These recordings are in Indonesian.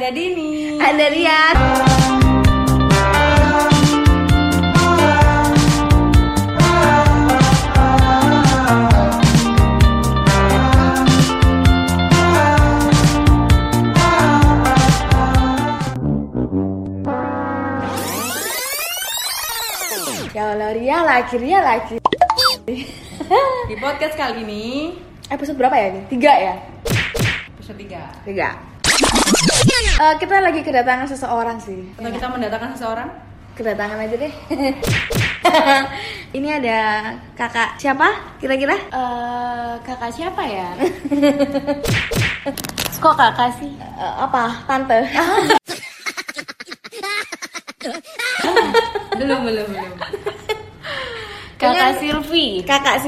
Ada Dini. Ada Rian. Ya Allah, Ria lagi. Di podcast kali ini Episode berapa ya ini? 3 ya? episode 3. Kita lagi kedatangan seseorang sih. Atau kita mendatangkan seseorang? Kedatangan aja deh. Ini ada kakak siapa kira-kira? Kakak siapa ya? Kok kakak sih? Apa? Tante? Belum. Kakak Silvi.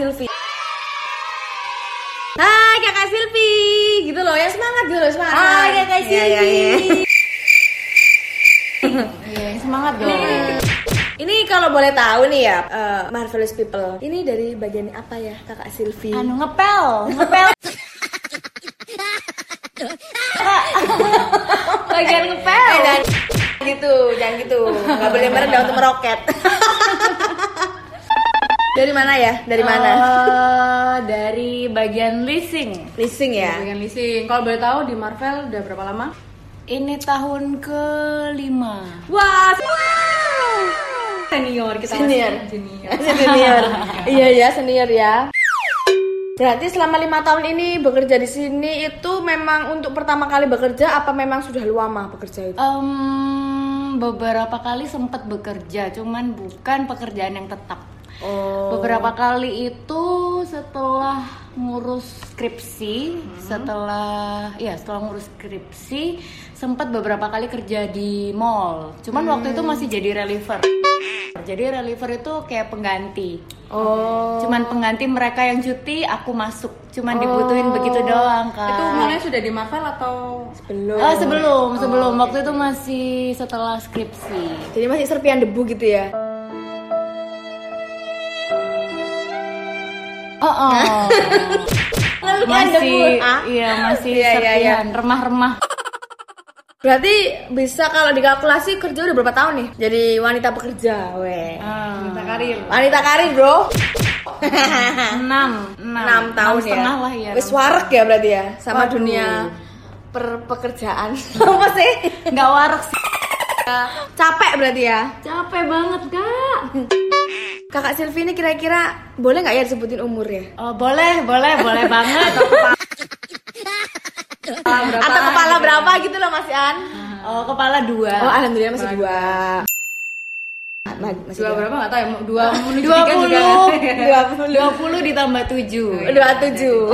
Hai kakak Silvi, gitu loh ya, semangat gitu loh, semangat. Hai kakak Silvi. Iya, semangat dong. Ini kalau boleh tahu nih ya, Marvelous People, ini dari bagian apa ya kakak Silvi? Ngepel. Bagian ngepel. Jangan gitu, nggak boleh merendah untuk meroket. Dari mana ya? Dari bagian leasing. Leasing ya? Bagian leasing. Kalau boleh tahu di Marvel udah berapa lama? Ini tahun ke-5. Wah, Senior kita. Senior. Senior. Iya ya, senior ya. Berarti selama 5 tahun ini bekerja di sini itu memang untuk pertama kali bekerja apa memang sudah lama bekerja itu? Beberapa kali sempat bekerja, cuman bukan pekerjaan yang tetap. Oh. Beberapa kali itu setelah ngurus skripsi, setelah ngurus skripsi sempat beberapa kali kerja di mall. Cuman waktu itu masih jadi reliever. Jadi reliever itu kayak pengganti. Oh. Cuman pengganti mereka yang cuti, aku masuk. Cuman dibutuhin begitu doang, Kak. Itu mulai sudah di Marvel atau Sebelum. Sebelum waktu itu masih setelah skripsi. Jadi masih serpian debu gitu ya? Masih serpihan remah-remah. Berarti bisa kalau dikalkulasi kerja udah berapa tahun nih? Jadi wanita pekerja, Wanita karir, bro. 6 tahun ya. Setengah lah ya. Wis warek ya berarti ya sama Waduh. dunia pekerjaan. Apa sih? Nggak warak sih. Capek berarti ya? Capek banget, Kak. Kakak Silvi ini kira-kira boleh nggak ya disebutin umur ya? Oh, boleh banget. Atau kepala berapa gitu loh Mas Ian? Oh, kepala 2. Oh, alhamdulillah masih 2. Masih dua berapa nggak tahu ya, 2 menuju 3 juga. 20 ditambah 7. 27.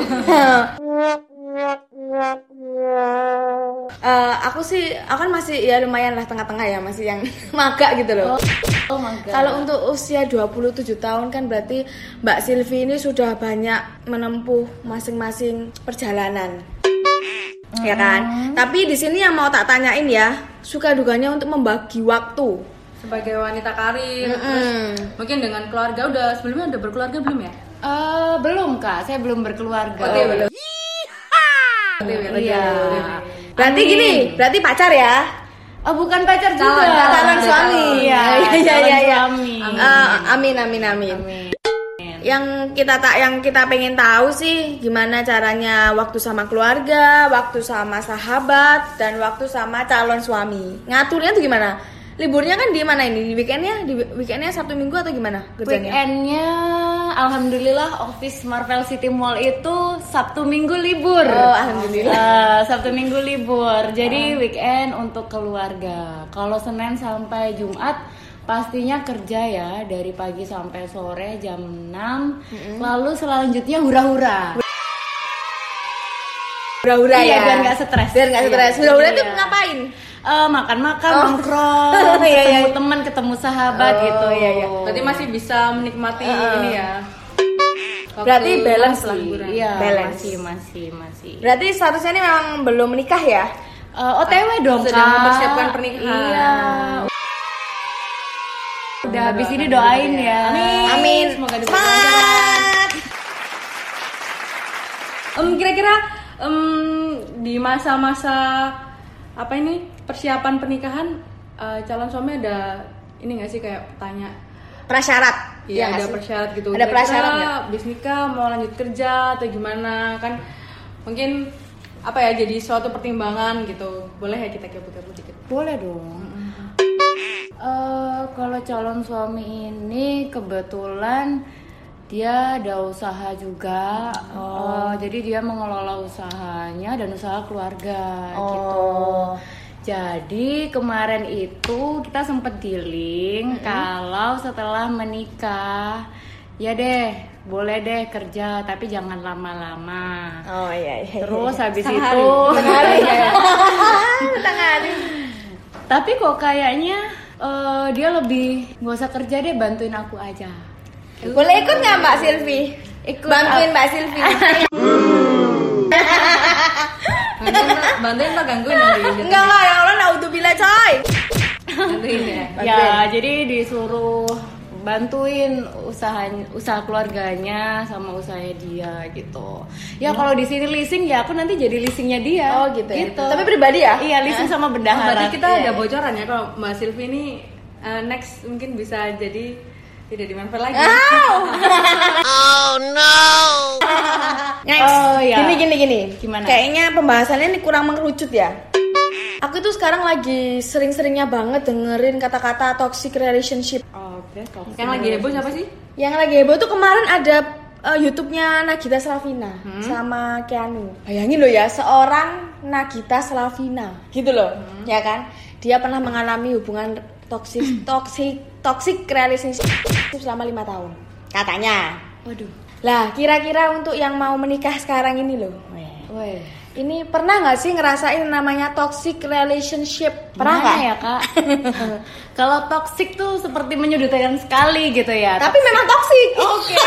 Aku kan masih ya lumayan lah tengah-tengah ya, masih yang maga gitu loh. Oh my god. Kalau untuk usia 27 tahun kan berarti Mbak Silvi ini sudah banyak menempuh masing-masing perjalanan. Ya kan? Tapi di sini yang mau tak tanyain ya, suka duganya untuk membagi waktu Sebagai wanita karir, terus mungkin dengan keluarga sebelumnya udah berkeluarga belum ya? Belum, Kak. Saya belum berkeluarga. belum. Iya. Berarti gini, berarti pacar ya? Oh, bukan pacar juga. Calon suami. Iya. Suami. Amin. Amin. Yang kita pengen tahu sih gimana caranya waktu sama keluarga, waktu sama sahabat, dan waktu sama calon suami. Ngaturnya tuh gimana? Liburnya kan di mana ini? Di weekendnya Sabtu Minggu atau gimana kerjanya? Weekendnya alhamdulillah office Marvel City Mall itu Sabtu Minggu libur. Oh, alhamdulillah. Sabtu Minggu libur. Jadi weekend untuk keluarga. Kalau Senin sampai Jumat pastinya kerja ya, dari pagi sampai sore jam 6. Lalu selanjutnya hura-hura. Hura-hura ya. Biar nggak stres. Hura-hura tuh ngapain? Makan-makan, nongkrong, ketemu teman, ketemu sahabat gitu. Iya. Berarti masih bisa menikmati ini ya. Berarti balance lah. Iya, Balance. masih. Berarti statusnya ini memang belum menikah ya? OTW dong, Sedang Kak. mempersiapkan pernikahan. Iya. Udah habis ini doain ya. Amin. Semoga diberkahi. Kira-kira di masa-masa apa ini persiapan pernikahan calon suami ada ini nggak sih kayak tanya Prasyarat. Iya, ada nggak sih? prasyarat gitu. Ada prasyarat Kira-kira nggak? habis nikah mau lanjut kerja atau gimana kan? Mungkin apa ya jadi suatu pertimbangan gitu. Boleh ya kita kepo-kepo dikit? Boleh dong. Kalau calon suami ini kebetulan dia ada usaha juga. Jadi dia mengelola usahanya dan usaha keluarga gitu. Jadi kemarin itu kita sempet dealing kalau setelah menikah ya deh boleh deh kerja tapi jangan lama-lama. Oh iya. Terus habis Setengah itu Setengah hari. tapi kok kayaknya dia lebih nggak usah kerja deh, bantuin aku aja. Boleh ikut nggak Mbak Silvi? Ikut. Bantuin Mbak Silvi. Bantuin tak gangguin nanti. Enggak ya Allah, naudzubillah coy. Bantuin ya. Ya, jadi disuruh bantuin usaha keluarganya sama usahanya dia gitu. Ya kalau di sini leasing ya aku nanti jadi leasingnya dia. Oh gitu ya. Tapi pribadi ya? Iya, leasing sama bendahara. Berarti kita Iya, ada iya. bocoran ya kalau Mbak Silvi ini next mungkin bisa jadi tidak di Manfaat lagi. Next. Oh, iya. Gini. Gimana? Kayaknya pembahasannya ini kurang mengerucut ya. Aku tuh sekarang lagi sering-seringnya banget dengerin kata-kata toxic relationship. Oke, Yang lagi heboh siapa sih? Yang lagi heboh tuh kemarin ada YouTube-nya Nagita Slavina sama Keanu. Bayangin loh ya, seorang Nagita Slavina, gitu loh, ya kan? Dia pernah mengalami hubungan toxic relationship selama 5 tahun, katanya. Waduh. Lah, kira-kira untuk yang mau menikah sekarang ini loh, Weh. ini pernah nggak sih ngerasain namanya toxic relationship? Pernah nggak? Ya kak? Kalau toxic tuh seperti menyudutkan sekali gitu ya. Tapi memang toxic. Oke.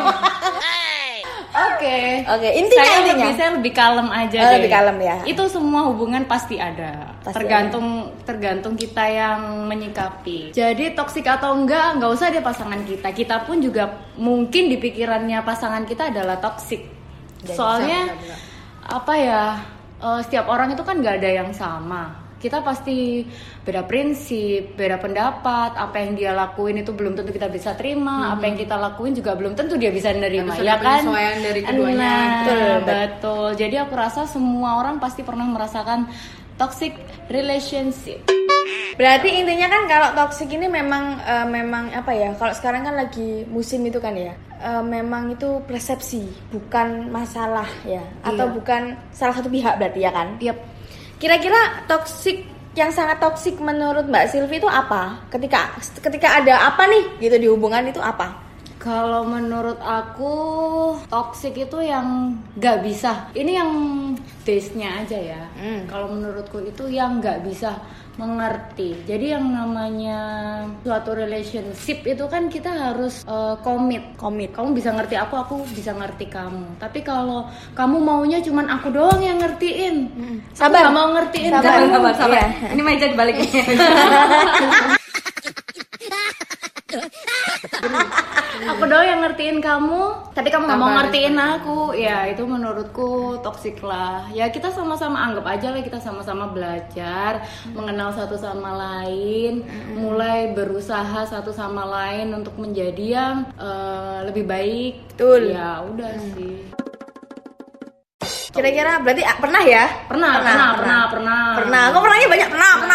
Oke, intinya. Saya lebih kalem aja Oh, deh. lebih kalem ya. Itu semua hubungan pasti ada. Pasti tergantung kita yang menyikapi. Jadi toksik atau enggak usah deh pasangan kita. Kita pun juga mungkin di pikirannya pasangan kita adalah toksik. Soalnya apa ya? Setiap orang itu kan nggak ada yang sama. Kita pasti beda prinsip, beda pendapat. Apa yang dia lakuin itu belum tentu kita bisa terima. Apa yang kita lakuin juga belum tentu dia bisa nerima, Harus ya ada kan? penyesuaian dari keduanya. Betul. Jadi aku rasa semua orang pasti pernah merasakan toxic relationship. Berarti intinya kan kalau toxic ini memang apa ya? Kalau sekarang kan lagi musim itu kan ya. Memang itu persepsi, bukan masalah ya. Atau bukan salah satu pihak berarti ya kan? Yap. Kira-kira toxic yang sangat toxic menurut Mbak Silvi itu apa? Ketika ada apa nih gitu di hubungan itu apa? Kalau menurut aku toxic itu yang nggak bisa. Ini yang base-nya aja ya. Kalau menurutku itu yang nggak bisa mengerti. Jadi yang namanya suatu relationship itu kan kita harus komit. Kamu bisa ngerti aku bisa ngerti kamu. Tapi kalau kamu maunya cuman aku doang yang ngertiin, Sabar. aku nggak mau ngertiin Sabar. kamu. Sabar. Iya. Ini meja dibalikin. Aku doang yang ngertiin kamu, tapi kamu nggak mau Sabar, ngertiin aku. Ya itu menurutku toksik lah. Ya kita sama-sama anggap aja lah, kita sama-sama belajar, mengenal satu sama lain, mulai berusaha satu sama lain untuk menjadi yang lebih baik. Betul. Ya udah sih. Kira-kira berarti pernah ya? Pernah. Aku pernahnya banyak. Pernah.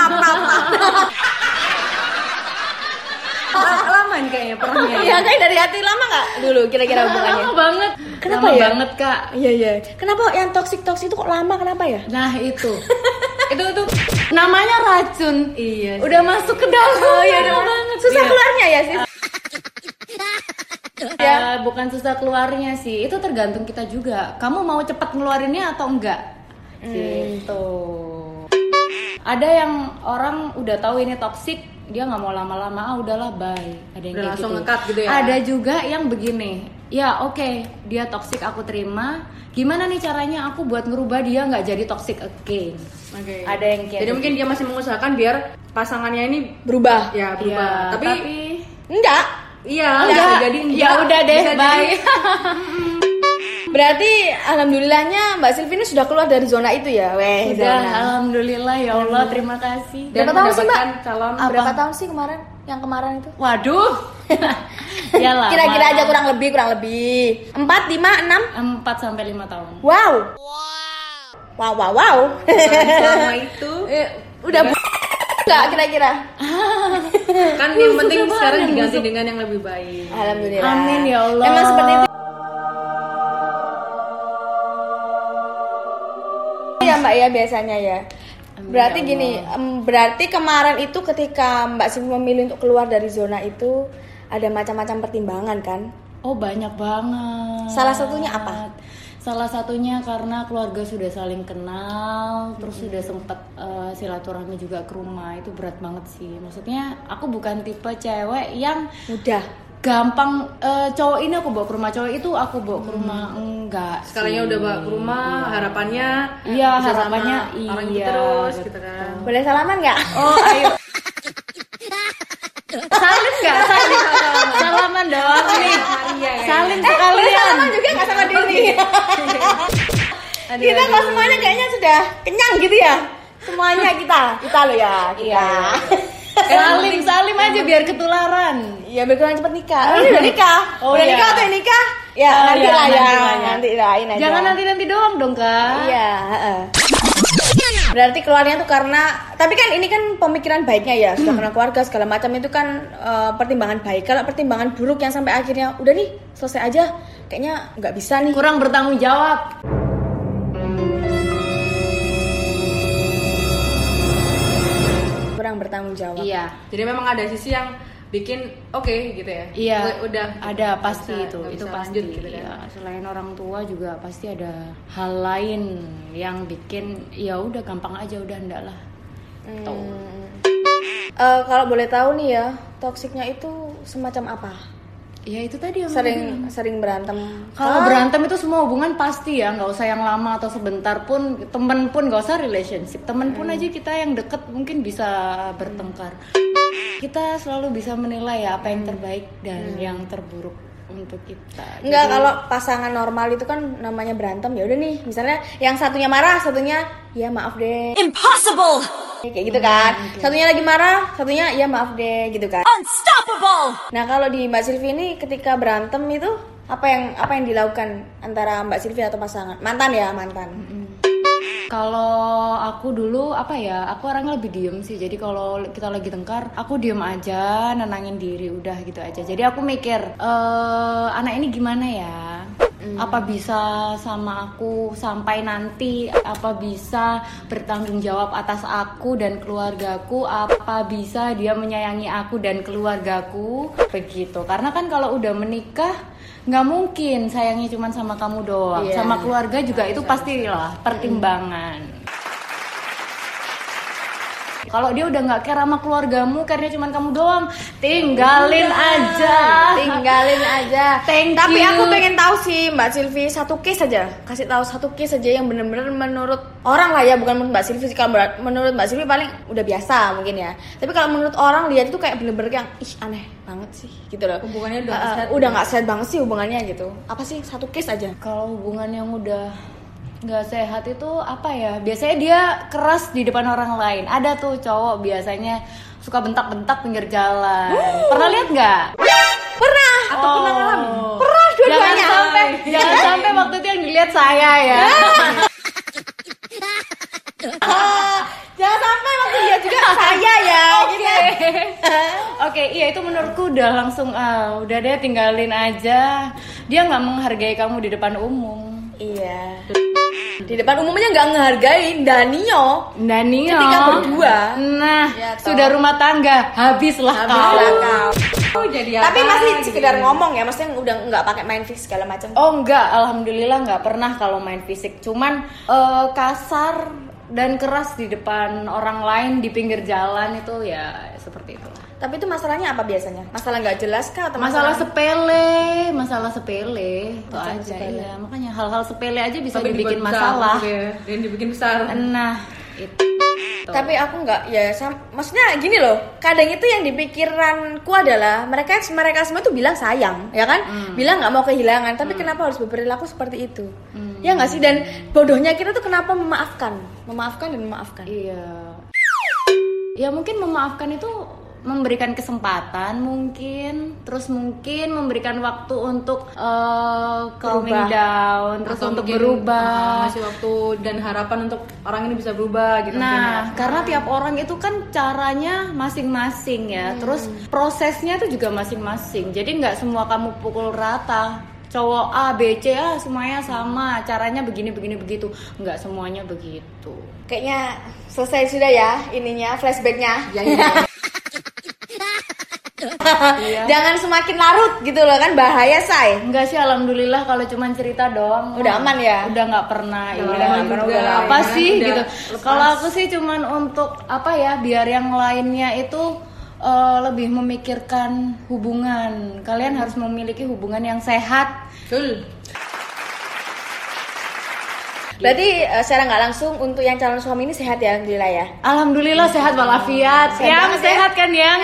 Lama nih kayaknya pernahnya. Iya kayak dari hati lama nggak dulu kira-kira hubungannya? Lama banget. Kenapa Lama ya? banget kak. Iya. Kenapa yang toxic itu kok lama? Kenapa ya? Nah itu. itu namanya racun. Iya. Udah masuk ke dalam. Oh iya, lama banget. susah Iya. keluarnya ya sih. Bukan susah keluarnya sih, itu tergantung kita juga. Kamu mau cepat ngeluarinnya atau enggak? Gitu. Ada yang orang udah tahu ini toksik, dia nggak mau lama-lama, udahlah bye. Ada yang Udah kayak langsung gitu. nge-cut gitu ya? Ada juga yang begini, ya oke, dia toksik aku terima. Gimana nih caranya aku buat ngerubah dia nggak jadi toxic again? Oke. Ada yang kayak Jadi gitu. mungkin dia masih mengusahakan biar pasangannya ini Berubah. ya berubah. Iya, tapi Enggak. iya enggak. bisa jadi Ya udah deh, Bisa bye. jadi- Berarti alhamdulillahnya Mbak Silvi ini sudah keluar dari zona itu ya, weh. Udah, Zona. alhamdulillah ya Allah, terima kasih. Dan Berapa tahun sih, Mbak? mendapatkan calon Apa? Berapa tahun sih kemarin? Yang kemarin itu? Waduh. Ya lama. Kira-kira aja kurang lebih. 4, 5, 6? 4 sampai 5 tahun. Wow. Wow. selama itu Udah enggak kira-kira? kan yang penting suka sekarang banget diganti masuk. dengan yang lebih baik. Alhamdulillah. Amin ya Allah. Emang seperti itu. Ya Mbak ya biasanya ya. Amin Berarti ya gini, berarti kemarin itu ketika Mbak Silvi memilih untuk keluar dari zona itu ada macam-macam pertimbangan kan? Oh, banyak banget. Salah satunya apa? Salah satunya karena keluarga sudah saling kenal, terus sudah sempat silaturahmi juga ke rumah. Itu berat banget sih. Maksudnya aku bukan tipe cewek yang Mudah. gampang cowok ini aku bawa ke rumah, cowok itu aku bawa ke rumah, enggak. Sekalinya sih. udah bawa ke rumah, harapannya Iya, bisa sama harapannya orang itu iya, terus betul. gitu kan. Boleh salaman nggak? Oh, ayo. Salin nggak? Salaman doang nih. Iya, ya. Salin Boleh sekalian. salaman juga nggak sama Dini? Aduh, Kita aduh. kok semuanya kayaknya sudah kenyang gitu ya. Semuanya kita loh ya. Iya. Salim aja biar ketularan. Iya berkurang cepet nikah. Oh, ini udah nikah. Oh, udah iya. nikah atau nikah? Ya Oh, nanti iya, lah ya. nanti lah ya. Nanti doain aja. Jangan nanti doang dong, Kak. Iya. Berarti keluarnya tuh karena, tapi kan ini kan pemikiran baiknya ya, sudah kenal keluarga segala macam itu kan pertimbangan baik. Kalau pertimbangan buruk yang sampai akhirnya udah nih selesai aja, kayaknya nggak bisa nih. Kurang bertanggung jawab. Kurang bertanggung jawab. Iya. Jadi memang ada sisi yang bikin oke gitu ya. Iya, Udah ada pasti nggak itu bisa pasti. lanjut gitu kan. Iya, selain orang tua juga pasti ada hal lain yang bikin ya udah gampang aja udah enggak lah. Tuh. Kalau boleh tahu nih ya, toksiknya itu semacam apa? Ya itu tadi yang aku bilang. Sering berantem. Kalau berantem itu semua hubungan pasti ya, nggak usah yang lama atau sebentar pun, temen pun nggak usah relationship, temen pun aja kita yang deket mungkin bisa bertengkar. Kita selalu bisa menilai ya apa yang terbaik dan yang terburuk untuk kita. Enggak, Jadi, kalau pasangan normal itu kan namanya berantem ya udah nih, misalnya yang satunya marah, satunya ya maaf deh. Impossible! Kayak gitu kan. Satunya lagi marah, satunya ya maaf deh gitu kan. Unstoppable! Nah, kalau di Mbak Silvi ini ketika berantem itu apa yang dilakukan antara Mbak Silvi atau pasangan? Mantan ya, mantan. kalau aku dulu apa ya, aku orangnya lebih diem sih. Jadi kalau kita lagi tengkar, aku diem aja, nenangin diri, udah gitu aja. Jadi aku mikir, anak ini gimana ya? Apa bisa sama aku sampai nanti? Apa bisa bertanggung jawab atas aku dan keluargaku? Apa bisa dia menyayangi aku dan keluargaku? Begitu. Karena kan kalau udah menikah nggak mungkin sayangnya cuma sama kamu doang, Iya. sama keluarga juga itu pastilah pertimbangan. Kalau dia udah nggak care sama keluargamu, care-nya cuma kamu doang, tinggalin aja. Tinggalin aja. Thank Tapi you. aku pengen tahu sih Mbak Silvi satu case aja. Kasih tahu satu case aja yang benar-benar menurut orang lah ya, bukan menurut Mbak Silvi. Kalau menurut Mbak Silvi paling udah biasa mungkin ya. Tapi kalau menurut orang lihat itu kayak bener-bener yang ih aneh banget sih gitu loh. Hubungannya udah nggak sehat. udah nggak sehat banget sih hubungannya gitu. Apa sih satu case aja? Kalau hubungan yang udah nggak sehat itu apa ya? Biasanya dia keras di depan orang lain. Ada tuh cowok biasanya suka bentak-bentak pinggir jalan. Pernah lihat nggak? Pernah. Atau pernah ngalamin? Pernah dua-duanya. Jangan sampai waktu itu yang dilihat saya ya. Jangan sampai waktu dia juga saya ya. Gitu. Oke, iya itu menurutku udah langsung udah deh tinggalin aja. Dia nggak menghargai kamu di depan umum. Iya. Di depan umumnya nggak ngehargain Danio. Danio. Ketika berdua. Nah, Ya, toh. sudah rumah tangga, habislah kau. Kau. Jadi Tapi apa masih gitu sekedar ya? ngomong ya, maksudnya udah nggak pakai main fisik segala macam. Oh enggak, alhamdulillah nggak pernah kalau main fisik. Cuman kasar dan keras di depan orang lain di pinggir jalan itu ya seperti itu. Tapi itu masalahnya apa biasanya? Masalah nggak jelas kah atau Masalah sepele itu Masalah aja sepele. ya. Makanya hal-hal sepele aja bisa Tapi dibikin dibuat besar masalah. gitu ya, dan dibikin besar. Nah, itu. Tapi aku nggak ya, maksudnya gini loh. Kadang itu yang dipikiranku adalah mereka semua tuh bilang sayang, ya kan? Bilang nggak mau kehilangan. Tapi kenapa harus berperilaku seperti itu? Ya nggak sih? Dan bodohnya kita tuh kenapa memaafkan dan memaafkan? Iya. Ya mungkin memaafkan itu memberikan kesempatan mungkin, terus mungkin memberikan waktu untuk calming down, terus atau untuk mungkin, berubah, ngasih waktu dan harapan untuk orang ini bisa berubah gitu. Nah, karena tiap orang itu kan caranya masing-masing ya, terus prosesnya itu juga masing-masing. Jadi nggak semua kamu pukul rata. Cowok A, B, C, semuanya sama, caranya begini begitu. Nggak semuanya begitu. Kayaknya selesai sudah ya ininya, flashbacknya. Iya. Jangan semakin larut gitu loh, kan bahaya, Say. Enggak sih, alhamdulillah kalau cuma cerita doang udah aman ya. Udah nggak pernah. Udah apa sih gitu. Kalau aku sih cuman untuk apa ya, biar yang lainnya itu lebih memikirkan hubungan. Kalian harus memiliki hubungan yang sehat. Betul. Berarti secara nggak langsung untuk yang calon suami ini sehat ya, alhamdulillah ya. Alhamdulillah sehat walafiat. Yang sehat kan yang.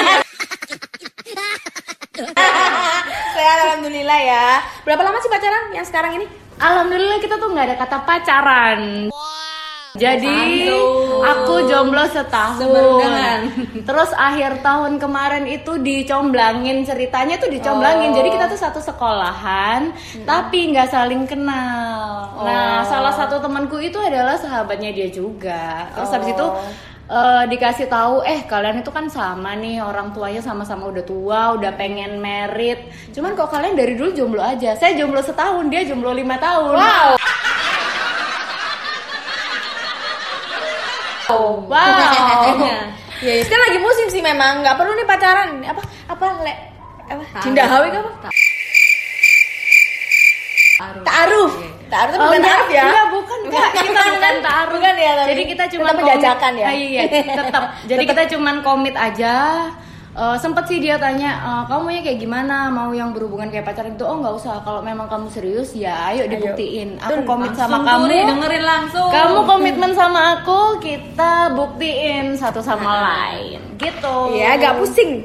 Sehat alhamdulillah ya. Berapa lama sih pacaran yang sekarang ini? Alhamdulillah kita tuh nggak ada kata pacaran. Jadi aku jomblo setahun. Terus akhir tahun kemarin itu dicomblangin, ceritanya tuh dicomblangin. Jadi kita tuh satu sekolahan, tapi nggak saling kenal. Nah, salah satu temanku itu adalah sahabatnya dia juga. Terus habis itu dikasih tahu, kalian itu kan sama nih, orang tuanya sama-sama udah tua, udah pengen merit. Cuman kok kalian dari dulu jomblo aja. Saya jomblo setahun, dia jomblo 5 tahun. Wow. Ya, sekarang lagi musim sih memang, nggak perlu nih pacaran. Cinta hawi apa? Ta'aruf itu bukan ta'aruf ya? Enggak, bukan. Kita bukan ta'aruf. Bukan ya, jadi kita cuma menjajakan ya? Iya, tetap. Jadi kita cuma komit aja. Sempet sih dia tanya, kamu maunya kayak gimana? Mau yang berhubungan kayak pacaran itu? Oh nggak usah, kalau memang kamu serius ya ayo dibuktiin. Aku komit sama kamu, dengerin langsung. Kamu komitmen sama aku, kita buktiin satu sama lain gitu. Iya, agak pusing.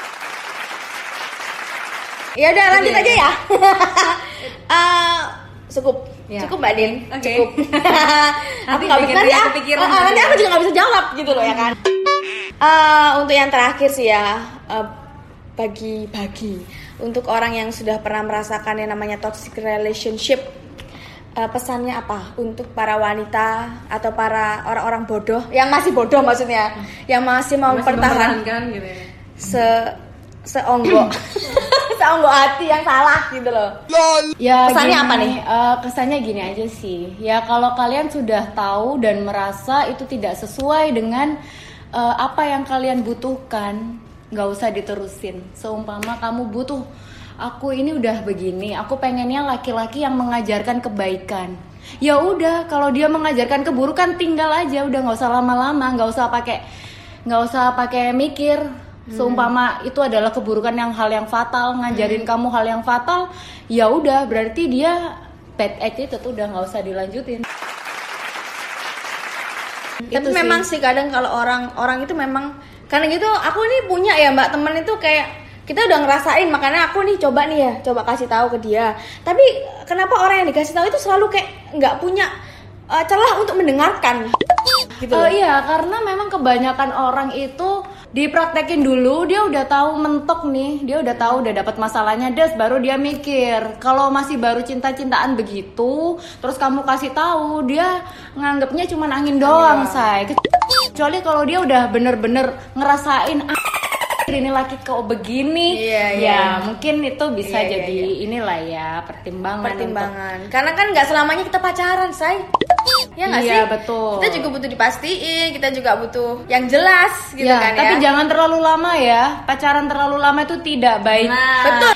Ya udah lanjut aja ya. Cukup Mbak Din. Cukup. Aku nggak bisa nanti aku juga nggak bisa jawab gitu loh ya kan. Untuk yang terakhir sih ya, bagi untuk orang yang sudah pernah merasakan yang namanya toxic relationship, pesannya apa untuk para wanita atau para orang-orang bodoh yang masih bodoh, maksudnya yang masih mau mempertahankan gitu ya. Seonggok hati yang salah gitu loh. Ya, pesannya gini, apa nih? Kesannya gini aja sih. Ya kalau kalian sudah tahu dan merasa itu tidak sesuai dengan apa yang kalian butuhkan, nggak usah diterusin. Seumpama kamu butuh, aku ini udah begini, aku pengennya laki-laki yang mengajarkan kebaikan. Ya udah, kalau dia mengajarkan keburukan tinggal aja, udah nggak usah lama-lama, nggak usah pakai mikir. Seumpama itu adalah keburukan yang hal yang fatal, ngajarin kamu hal yang fatal, ya udah berarti dia bad attitude, udah nggak usah dilanjutin. Tapi memang sih kadang kalau orang itu memang karena gitu, aku ini punya ya Mbak teman itu kayak kita udah ngerasain, makanya aku nih coba kasih tahu ke dia. Tapi kenapa orang yang dikasih tahu itu selalu kayak nggak punya celah untuk mendengarkan gitu. Iya, karena memang kebanyakan orang itu dipraktekin dulu, dia udah tahu mentok nih, dia udah tahu, udah dapat masalahnya, baru dia mikir. Kalau masih baru cinta-cintaan begitu, terus kamu kasih tahu, dia nganggapnya cuma angin doang, say. Kecuali kalau dia udah bener-bener ngerasain ini laki kok begini, ya mungkin itu bisa jadi inilah ya pertimbangan. Karena kan nggak selamanya kita pacaran, say. Ya nggak sih? Iya, betul. Kita juga butuh dipastiin, kita juga butuh yang jelas gitu kan ya. Tapi jangan terlalu lama ya. Pacaran terlalu lama itu tidak baik. Betul.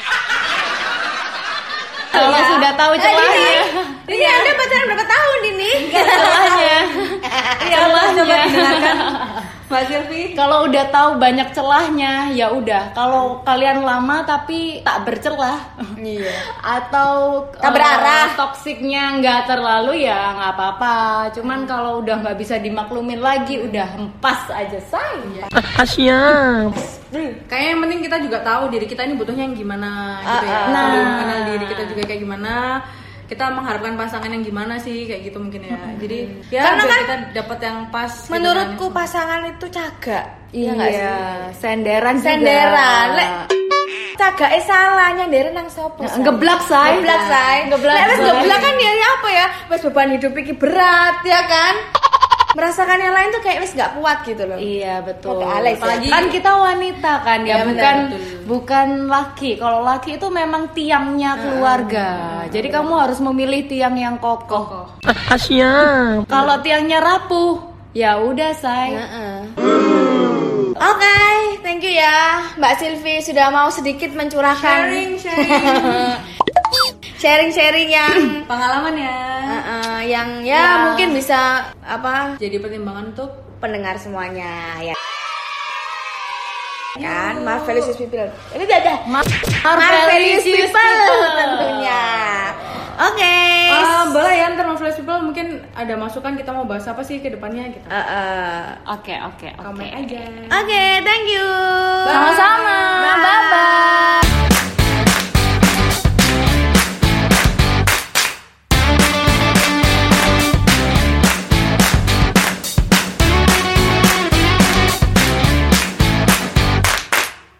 Kalau sudah tahu celahnya. Ini Anda pacaran berapa tahun ini? Celahnya. Coba didengarkan Mbak Silvi? Kalau udah tahu banyak celahnya, ya udah. Kalau kalian lama tapi tak bercelah, Iya. atau Tak berarah. toksiknya nggak terlalu, ya nggak apa-apa. Cuman kalau udah nggak bisa dimaklumin lagi, udah hempas aja say. Kayaknya yang penting kita juga tahu diri kita ini butuhnya yang gimana gitu ya. Nah. Perlu mengenal diri kita juga kayak gimana. Kita mengharapkan pasangan yang gimana sih kayak gitu mungkin ya. Jadi ya Karena biar kan kita dapat yang pas. gitu Menurutku kan. pasangan itu cagak. Iya, nggak sih? senderan juga. Senderan. Lek cagake salah nyandere nang sopo? Say? Ngeblak say. Ngeblak say. Ngeblak, Lek wis say. ngeblak kan ya apa ya? Wis beban hidup iki berat ya kan? Merasakan yang lain tuh kayak wis nggak kuat gitu loh. Iya betul. Oke, Alex, ya. Apalagi- Kan kita wanita kan ya, Iya, benar, bukan betul. bukan laki. Kalau laki itu memang tiangnya keluarga. Jadi kamu harus memilih tiang yang kokoh. Kalau tiangnya rapuh, ya udah say. Oke, thank you ya Mbak Silvi sudah mau sedikit mencurahkan sharing-sharing yang Pengalaman ya. yang Ya. mungkin bisa apa Jadi pertimbangan untuk pendengar semuanya ya kan Marvelous People ini ada Marvelous People tentunya. Oke. Boleh ya ntar Marvelous People mungkin ada masukan kita mau bahas apa sih ke depannya gitu. Oke. Komen aja. Oke, thank you. Sama-sama.